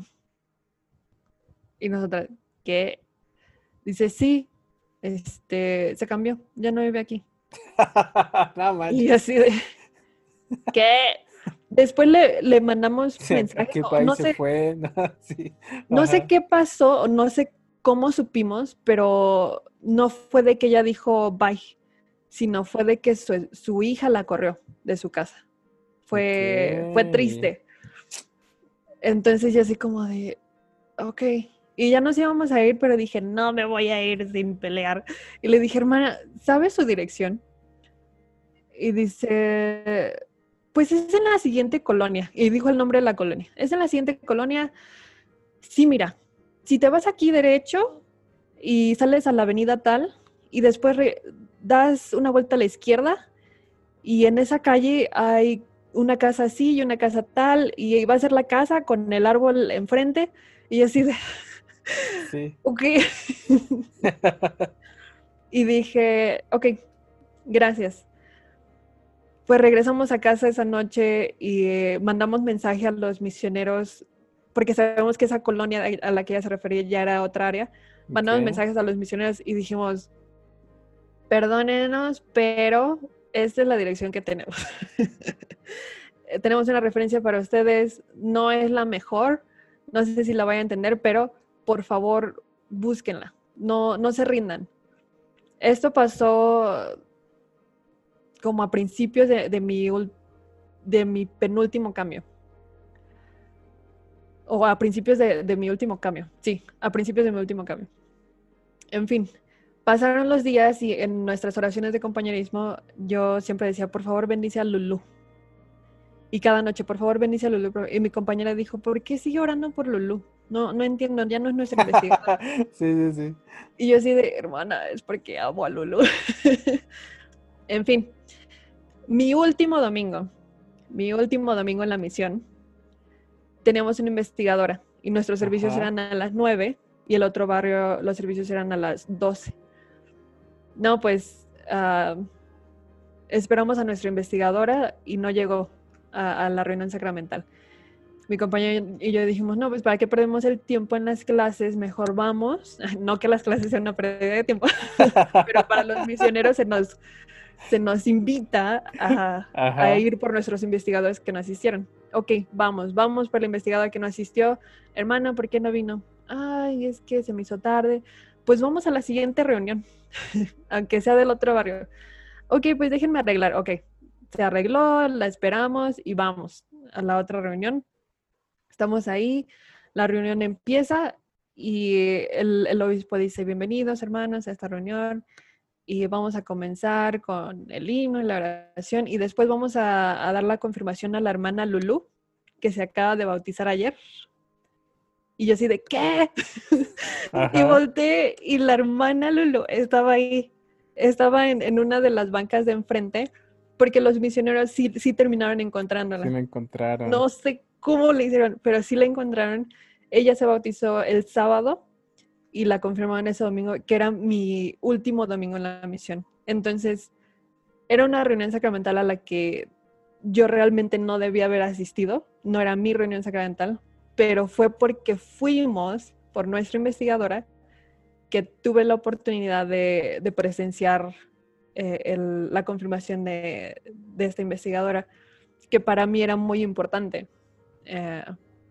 Y nosotras, ¿qué? Dice, sí, este, se cambió, ya no vive aquí. No Y manches. así de, ¿qué? Después le, le mandamos ¿A mensajes, qué o país no se sé, fue? No, sí. no sé Ajá. qué pasó, o no sé cómo supimos, pero no fue de que ella dijo bye, sino fue de que su, su hija la corrió de su casa. Ok. Fue, fue triste. Entonces yo así como de, ok. Y ya nos íbamos a ir, pero dije, no me voy a ir sin pelear. Y le dije, hermana, ¿sabes su dirección? Y dice, pues es en la siguiente colonia. Y dijo el nombre de la colonia. Es en la siguiente colonia. Sí, mira, si te vas aquí derecho y sales a la avenida tal y después re- das una vuelta a la izquierda y en esa calle hay una casa así y una casa tal y va a ser la casa con el árbol enfrente y así de, Sí. ok. Y dije, ok, gracias. Pues regresamos a casa esa noche y eh, mandamos mensaje a los misioneros, porque sabemos que esa colonia a la que ella se refería ya era otra área. Mandamos Ok. mensajes a los misioneros y dijimos, perdónenos, pero esta es la dirección que tenemos. Tenemos una referencia para ustedes, no es la mejor, no sé si la vayan a entender, pero por favor, búsquenla, no, no se rindan. Esto pasó como a principios de, de, mi, de mi penúltimo cambio. O a principios de, de mi último cambio. Sí, a principios de mi último cambio. En fin, pasaron los días y en nuestras oraciones de compañerismo yo siempre decía, por favor, bendice a Lulú. Y cada noche, por favor, bendice a Lulú. Y mi compañera dijo, ¿por qué sigue orando por Lulú? No, no entiendo, ya no es nuestra investigadora. Sí, sí, sí. Y yo así de, hermana, es porque amo a Lulú. En fin, mi último domingo, mi último domingo en la misión, teníamos una investigadora y nuestros servicios Ajá. eran a las nueve y el otro barrio, los servicios eran a las doce. No, pues uh, esperamos a nuestra investigadora y no llegó a, a la reunión sacramental. Mi compañero y yo dijimos, no, pues para qué perdemos el tiempo en las clases, mejor vamos. No que las clases sean una pérdida de tiempo, pero para los misioneros se nos, se nos invita a, a ir por nuestros investigadores que no asistieron. Ok, vamos, vamos por la investigadora que no asistió. Hermana, ¿por qué no vino? Ay, es que se me hizo tarde. Pues vamos a la siguiente reunión, aunque sea del otro barrio. Ok, pues déjenme arreglar. Ok, se arregló, la esperamos y vamos a la otra reunión. Estamos ahí, la reunión empieza y el, el obispo dice, bienvenidos hermanos a esta reunión y vamos a comenzar con el himno y la oración y después vamos a, a dar la confirmación a la hermana Lulú, que se acaba de bautizar ayer. Y yo así de, ¿qué? Y volteé y la hermana Lulú estaba ahí, estaba en, en una de las bancas de enfrente, porque los misioneros sí, sí terminaron encontrándola. Sí la encontraron. No sé cómo le hicieron, pero sí la encontraron. Ella se bautizó el sábado y la confirmaron ese domingo, que era mi último domingo en la misión. Entonces, era una reunión sacramental a la que yo realmente no debía haber asistido. No era mi reunión sacramental, pero fue porque fuimos por nuestra investigadora que tuve la oportunidad de, de presenciar eh, el, la confirmación de, de esta investigadora, que para mí era muy importante. Eh,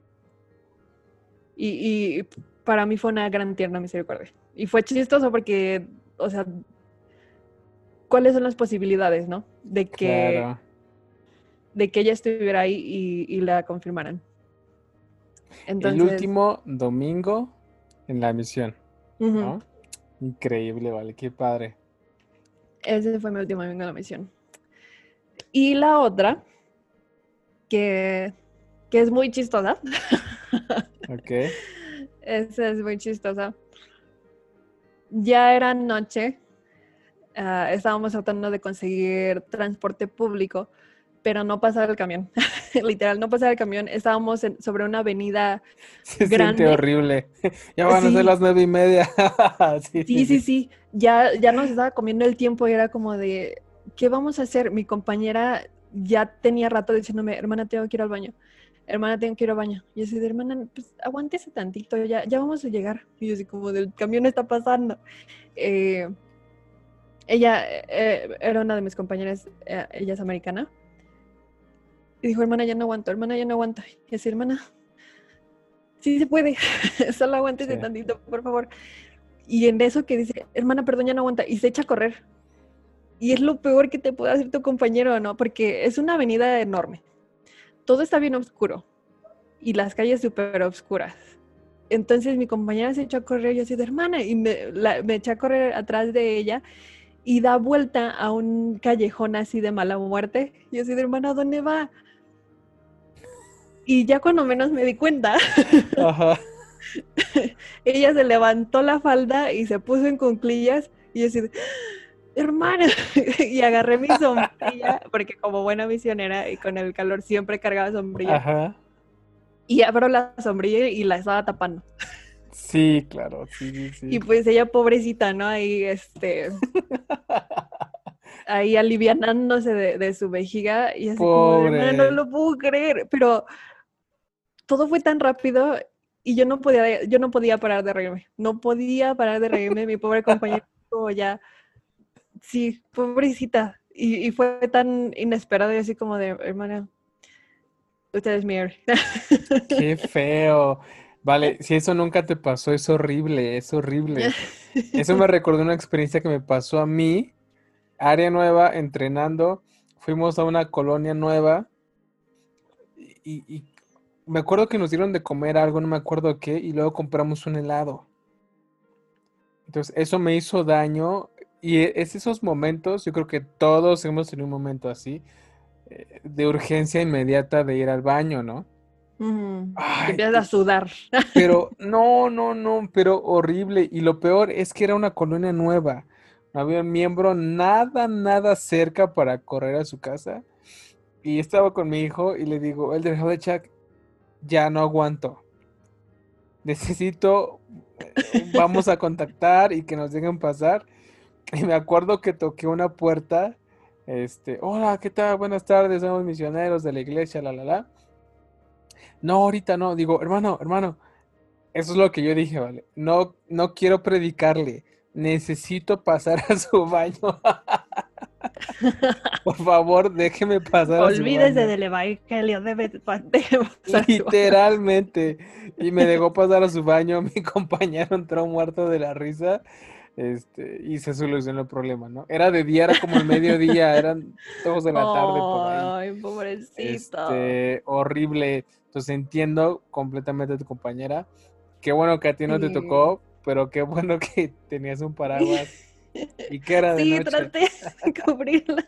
y, y para mí fue una gran tierna misericordia. Y fue chistoso porque, o sea, ¿cuáles son las posibilidades, no? De que, claro. de que ella estuviera ahí y, y la confirmaran. Entonces, el último domingo en la misión, uh-huh. ¿no? Increíble, vale, qué padre. Ese fue mi último domingo en la misión. Y la otra, que, que es muy chistosa. Ok. Esa es muy chistosa. Ya era noche, uh, estábamos tratando de conseguir transporte público, pero no pasaba el camión. Literal, no pasaba el camión. Estábamos en, sobre una avenida Se grande. siente horrible. Ya van sí. a ser las nueve y media. sí, sí, sí, sí, sí. Ya, ya nos estaba comiendo el tiempo y era como de, ¿qué vamos a hacer? Mi compañera ya tenía rato diciéndome, hermana, tengo que ir al baño. Hermana, tengo que ir al baño. Y yo así de, hermana, pues aguántese tantito, ya, ya vamos a llegar. Y yo así como, del camión está pasando. Eh, ella eh, era una de mis compañeras, eh, ella es americana. Y dijo, hermana, ya no aguanto, hermana, ya no aguanto. Y así, hermana, sí se puede, solo aguántese sí. tantito, por favor. Y en eso que dice, hermana, perdón, ya no aguanta. Y se echa a correr. Y es lo peor que te puede hacer tu compañero, ¿no? Porque es una avenida enorme. Todo está bien oscuro. Y las calles súper oscuras. Entonces mi compañera se echó a correr. Y yo así de, hermana. Y me, la, me eché a correr atrás de ella. Y da vuelta a un callejón así de mala muerte. Y yo así de, hermana, ¿dónde va? Y ya cuando menos me di cuenta, Ajá. ella se levantó la falda y se puso en cuclillas y yo así, hermana, y agarré mi sombrilla, porque como buena misionera y con el calor siempre cargaba sombrilla. Ajá. Y abro la sombrilla y la estaba tapando. Sí, claro, sí, sí, sí. Y pues ella pobrecita, ¿no? Ahí, este... ahí alivianándose de, de su vejiga y así Pobre. como, hermana, no lo puedo creer, pero... todo fue tan rápido y yo no podía, yo no podía parar de reírme. No podía parar de reírme. Mi pobre compañero como ya, sí, pobrecita. Y, y fue tan inesperado y así como de, hermana, usted es mi héroe. Qué feo. Vale, si eso nunca te pasó, es horrible, es horrible. Eso me recordó una experiencia que me pasó a mí. Área nueva, entrenando. Fuimos a una colonia nueva y... y me acuerdo que nos dieron de comer algo, no me acuerdo qué, y luego compramos un helado. Entonces, eso me hizo daño y e- es esos momentos, yo creo que todos hemos tenido un momento así, eh, de urgencia inmediata de ir al baño, ¿no? Ujú. Que Ay, empiezas a y- sudar. pero no, no, no, pero horrible. Y lo peor es que era una colonia nueva. No había un miembro nada, nada cerca para correr a su casa. Y estaba con mi hijo y le digo, el de Chuck, ya no aguanto. Necesito, eh, vamos a contactar y que nos dejen pasar. Y me acuerdo que toqué una puerta. Este, hola, ¿qué tal? Buenas tardes, somos misioneros de la iglesia, la, la, la. No, ahorita no. Digo, hermano, hermano, eso es lo que yo dije, vale. No, no quiero predicarle. Necesito pasar a su baño. Por favor, déjeme pasar a su Olvídese baño. del evangelio, debe de pa- debe pasar su baño. Literalmente. Y me dejó pasar a su baño. Mi compañero entró muerto de la risa. Este, y se solucionó el problema, ¿no? Era de día, era como el mediodía, eran dos de la tarde por ahí. Ay, pobrecito. Este, horrible. Entonces entiendo completamente a tu compañera. Qué bueno que a ti no te Sí. tocó, pero qué bueno que tenías un paraguas y que era de Sí, noche. traté de cubrirla.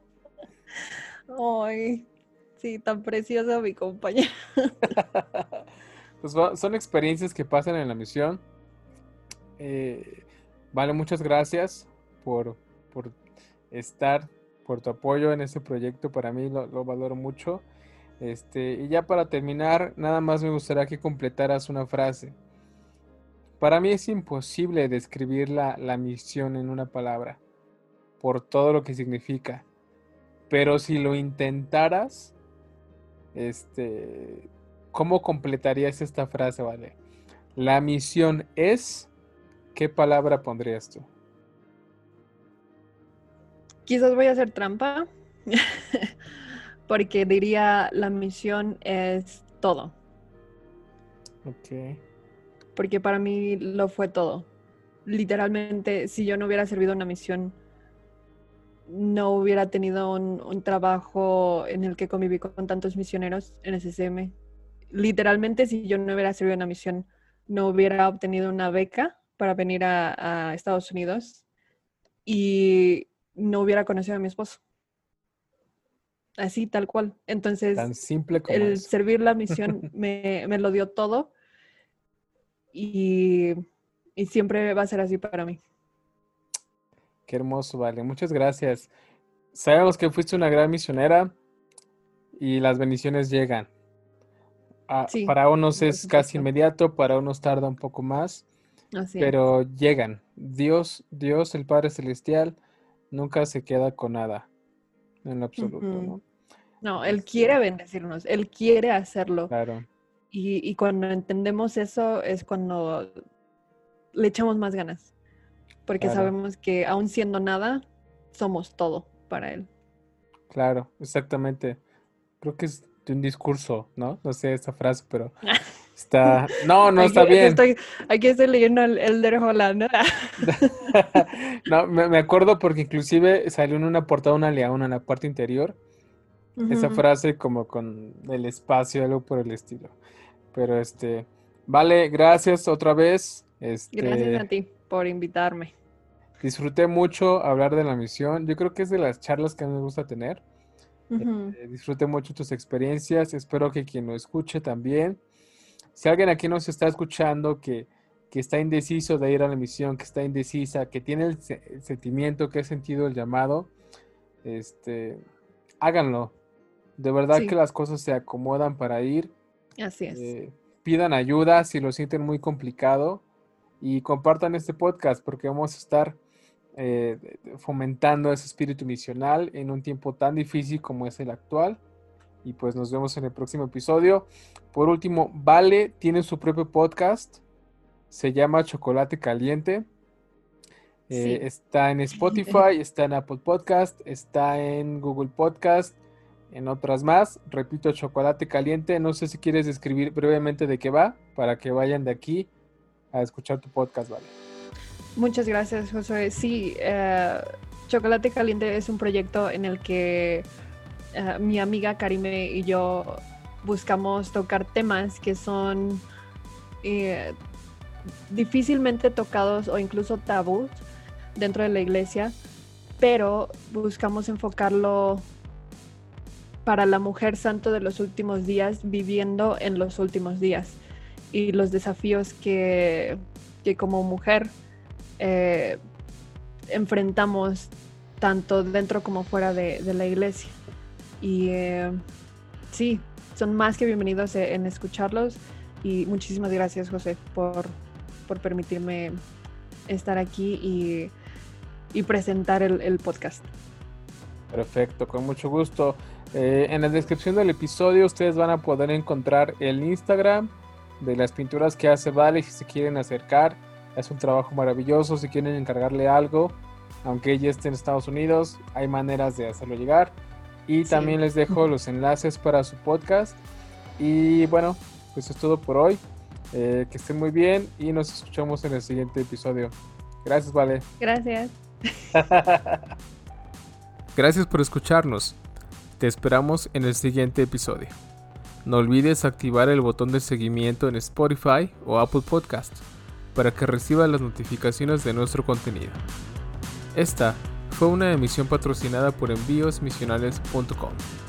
Ay, sí, tan preciosa mi compañera. Pues va- son experiencias que pasan en la misión. Eh, vale, muchas gracias por, por estar, por tu apoyo en este proyecto. Para mí lo, lo valoro mucho. Este, y ya para terminar, nada más me gustaría que completaras una frase. Para mí es imposible describir la, la misión en una palabra, por todo lo que significa. Pero si lo intentaras, este, ¿cómo completarías esta frase, vale? La misión es, ¿qué palabra pondrías tú? Quizás voy a hacer trampa, porque diría la misión es todo, Ok, porque para mí lo fue todo. Literalmente, si yo no hubiera servido una misión, no hubiera tenido un, un trabajo en el que conviví con tantos misioneros en S C M. Literalmente, si yo no hubiera servido una misión, no hubiera obtenido una beca para venir a, a Estados Unidos y no hubiera conocido a mi esposo. Así, tal cual. Entonces, tan simple como el eso. servir la misión me, me lo dio todo y, y siempre va a ser así para mí. Qué hermoso, vale. Muchas gracias. Sabemos que fuiste una gran misionera y las bendiciones llegan. Ah, Sí, para unos por es casi supuesto. inmediato, para unos tarda un poco más, Así es. pero llegan. Dios, Dios, el Padre Celestial, nunca se queda con nada, en lo absoluto, Ujú. ¿no? No, Él quiere Este, bendecirnos, Él quiere hacerlo. claro, Y, y cuando entendemos eso es cuando le echamos más ganas, porque claro, sabemos que aún siendo nada, somos todo para Él. claro, exactamente. Creo que es de un discurso, ¿no? No sé esta frase, pero está. No, no Aquí, está aquí bien. estoy, aquí estoy leyendo el Elder Holland. No, me, me acuerdo porque inclusive salió en una portada una leona en la parte interior. Esa Ujú. frase como con el espacio, algo por el estilo. Pero este, vale, gracias otra vez. Gracias a Este, ti por invitarme. disfruté mucho hablar de la misión. Yo creo que es de las charlas que a mí me gusta tener. Ujú. Eh, disfruté mucho tus experiencias. Espero que quien lo escuche también. Si alguien aquí nos está escuchando que, que está indeciso de ir a la misión, que está indecisa, que tiene el, se- el sentimiento, que ha sentido el llamado, este, háganlo. De verdad que Sí, las cosas se acomodan para ir. así es. Eh, pidan ayuda si lo sienten muy complicado y compartan este podcast porque vamos a estar eh, fomentando ese espíritu misional en un tiempo tan difícil como es el actual. Y pues nos vemos en el próximo episodio. Por último, Vale tiene su propio podcast. Se llama Chocolate Caliente. Eh, Sí. está en Spotify, está en Apple Podcast, está en Google Podcast, en otras más. Repito, Chocolate Caliente. No sé si quieres describir brevemente de qué va para que vayan de aquí a escuchar tu podcast, Vale. Muchas gracias, Josué. Sí, eh, Chocolate Caliente es un proyecto en el que eh, mi amiga Karime y yo buscamos tocar temas que son eh, difícilmente tocados o incluso tabús dentro de la iglesia, pero buscamos enfocarlo para la mujer santo de los últimos días, viviendo en los últimos días, y los desafíos que, que como mujer eh, enfrentamos tanto dentro como fuera de, de la iglesia. Y eh, sí, son más que bienvenidos en escucharlos, y muchísimas gracias, José, por, por permitirme estar aquí y, y presentar el, el podcast. Perfecto, con mucho gusto. Eh, en la descripción del episodio ustedes van a poder encontrar el Instagram de las pinturas que hace Vale si se quieren acercar. Es un trabajo maravilloso. Si quieren encargarle algo, aunque ella esté en Estados Unidos, hay maneras de hacerlo llegar. Y sí, también les dejo los enlaces para su podcast. Y bueno, pues es todo por hoy. Eh, que estén muy bien y nos escuchamos en el siguiente episodio. Gracias, Vale. Gracias. Gracias por escucharnos. Te esperamos en el siguiente episodio. No olvides activar el botón de seguimiento en Spotify o Apple Podcast para que recibas las notificaciones de nuestro contenido. Esta fue una emisión patrocinada por envíos misionales punto com.